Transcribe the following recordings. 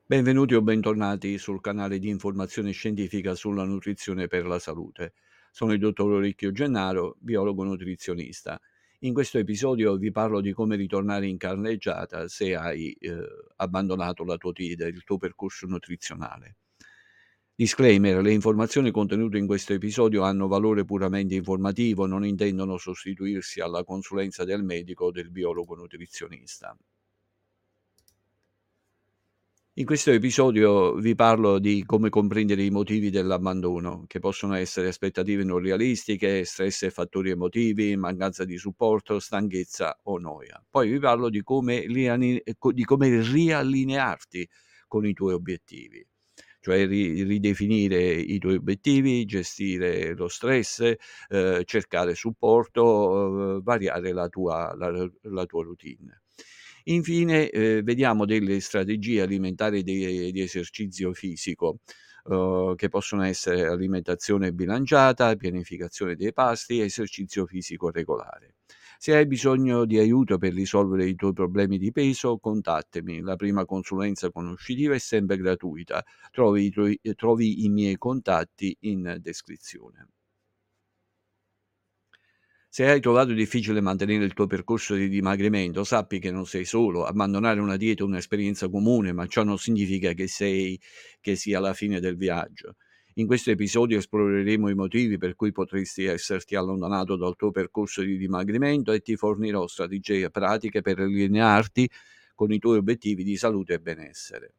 Benvenuti o bentornati sul canale di informazione scientifica sulla nutrizione per la salute. Sono il dottor Orecchio Gennaro, biologo nutrizionista. In questo episodio vi parlo di come ritornare in carreggiata se hai abbandonato la tua dieta, il tuo percorso nutrizionale. Disclaimer: le informazioni contenute in questo episodio hanno valore puramente informativo, non intendono sostituirsi alla consulenza del medico o del biologo nutrizionista. In questo episodio vi parlo di come comprendere i motivi dell'abbandono, che possono essere aspettative non realistiche, stress e fattori emotivi, mancanza di supporto, stanchezza o noia. Poi vi parlo di come riallinearti con i tuoi obiettivi, cioè ridefinire i tuoi obiettivi, gestire lo stress, cercare supporto, variare la tua routine. Infine, vediamo delle strategie alimentari di esercizio fisico, che possono essere alimentazione bilanciata, pianificazione dei pasti, esercizio fisico regolare. Se hai bisogno di aiuto per risolvere i tuoi problemi di peso, contattami. La prima consulenza conoscitiva è sempre gratuita. Trovi i miei contatti in descrizione. Se hai trovato difficile mantenere il tuo percorso di dimagrimento, sappi che non sei solo. Abbandonare una dieta è un'esperienza comune, ma ciò non significa che sia la fine del viaggio. In questo episodio esploreremo i motivi per cui potresti esserti allontanato dal tuo percorso di dimagrimento e ti fornirò strategie pratiche per allinearti con i tuoi obiettivi di salute e benessere.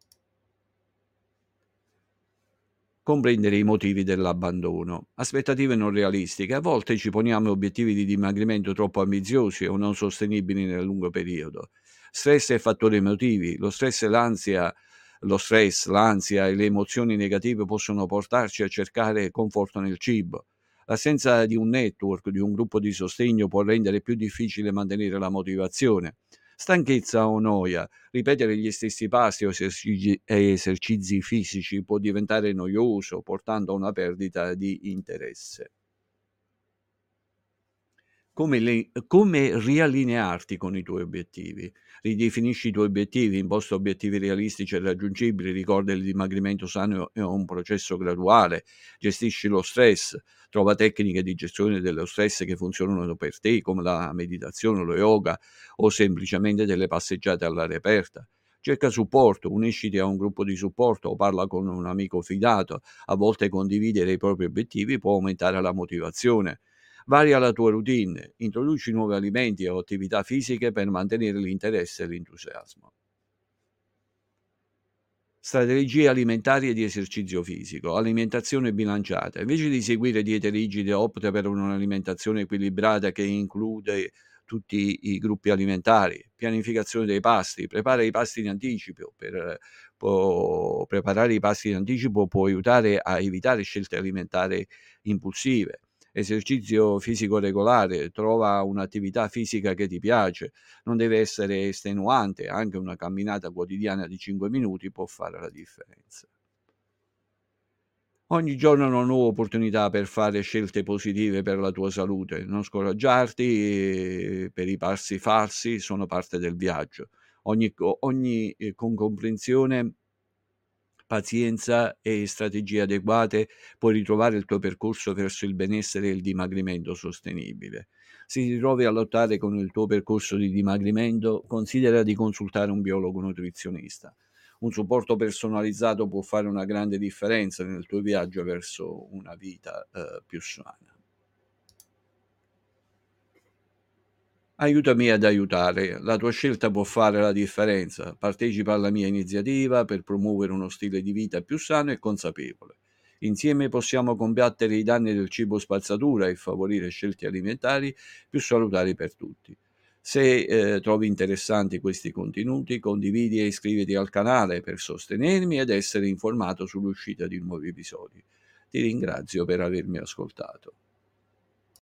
Comprendere i motivi dell'abbandono. Aspettative non realistiche. A volte ci poniamo obiettivi di dimagrimento troppo ambiziosi o non sostenibili nel lungo periodo. Stress e fattori emotivi. Lo stress, l'ansia e le emozioni negative possono portarci a cercare conforto nel cibo. L'assenza di un network, di un gruppo di sostegno può rendere più difficile mantenere la motivazione. Stanchezza o noia. Ripetere gli stessi passi o esercizi fisici può diventare noioso, portando a una perdita di interesse. Come riallinearti con i tuoi obiettivi? Ridefinisci i tuoi obiettivi, imposta obiettivi realistici e raggiungibili, ricorda il dimagrimento sano è un processo graduale, gestisci lo stress, trova tecniche di gestione dello stress che funzionano per te, come la meditazione, lo yoga o semplicemente delle passeggiate all'aria aperta. Cerca supporto, unisciti a un gruppo di supporto o parla con un amico fidato. A volte condividere i propri obiettivi può aumentare la motivazione. Varia la tua routine, introduci nuovi alimenti o attività fisiche per mantenere l'interesse e l'entusiasmo. Strategie alimentari e di esercizio fisico. Alimentazione bilanciata. Invece di seguire diete rigide, opta per un'alimentazione equilibrata che include tutti i gruppi alimentari. Pianificazione dei pasti. Prepara i pasti in anticipo. Preparare i pasti in anticipo può aiutare a evitare scelte alimentari impulsive. Esercizio fisico regolare. Trova un'attività fisica che ti piace. Non deve essere estenuante, anche una camminata quotidiana di 5 minuti può fare la differenza. Ogni giorno è una nuova opportunità per fare scelte positive per la tua salute. Non scoraggiarti per i passi falsi, sono parte del viaggio. Con comprensione, pazienza e strategie adeguate puoi ritrovare il tuo percorso verso il benessere e il dimagrimento sostenibile. Se ti trovi a lottare con il tuo percorso di dimagrimento, considera di consultare un biologo nutrizionista. Un supporto personalizzato può fare una grande differenza nel tuo viaggio verso una vita più sana. Aiutami ad aiutare. La tua scelta può fare la differenza. Partecipa alla mia iniziativa per promuovere uno stile di vita più sano e consapevole. Insieme possiamo combattere i danni del cibo spazzatura e favorire scelte alimentari più salutari per tutti. Se trovi interessanti questi contenuti, condividi e iscriviti al canale per sostenermi ed essere informato sull'uscita di nuovi episodi. Ti ringrazio per avermi ascoltato.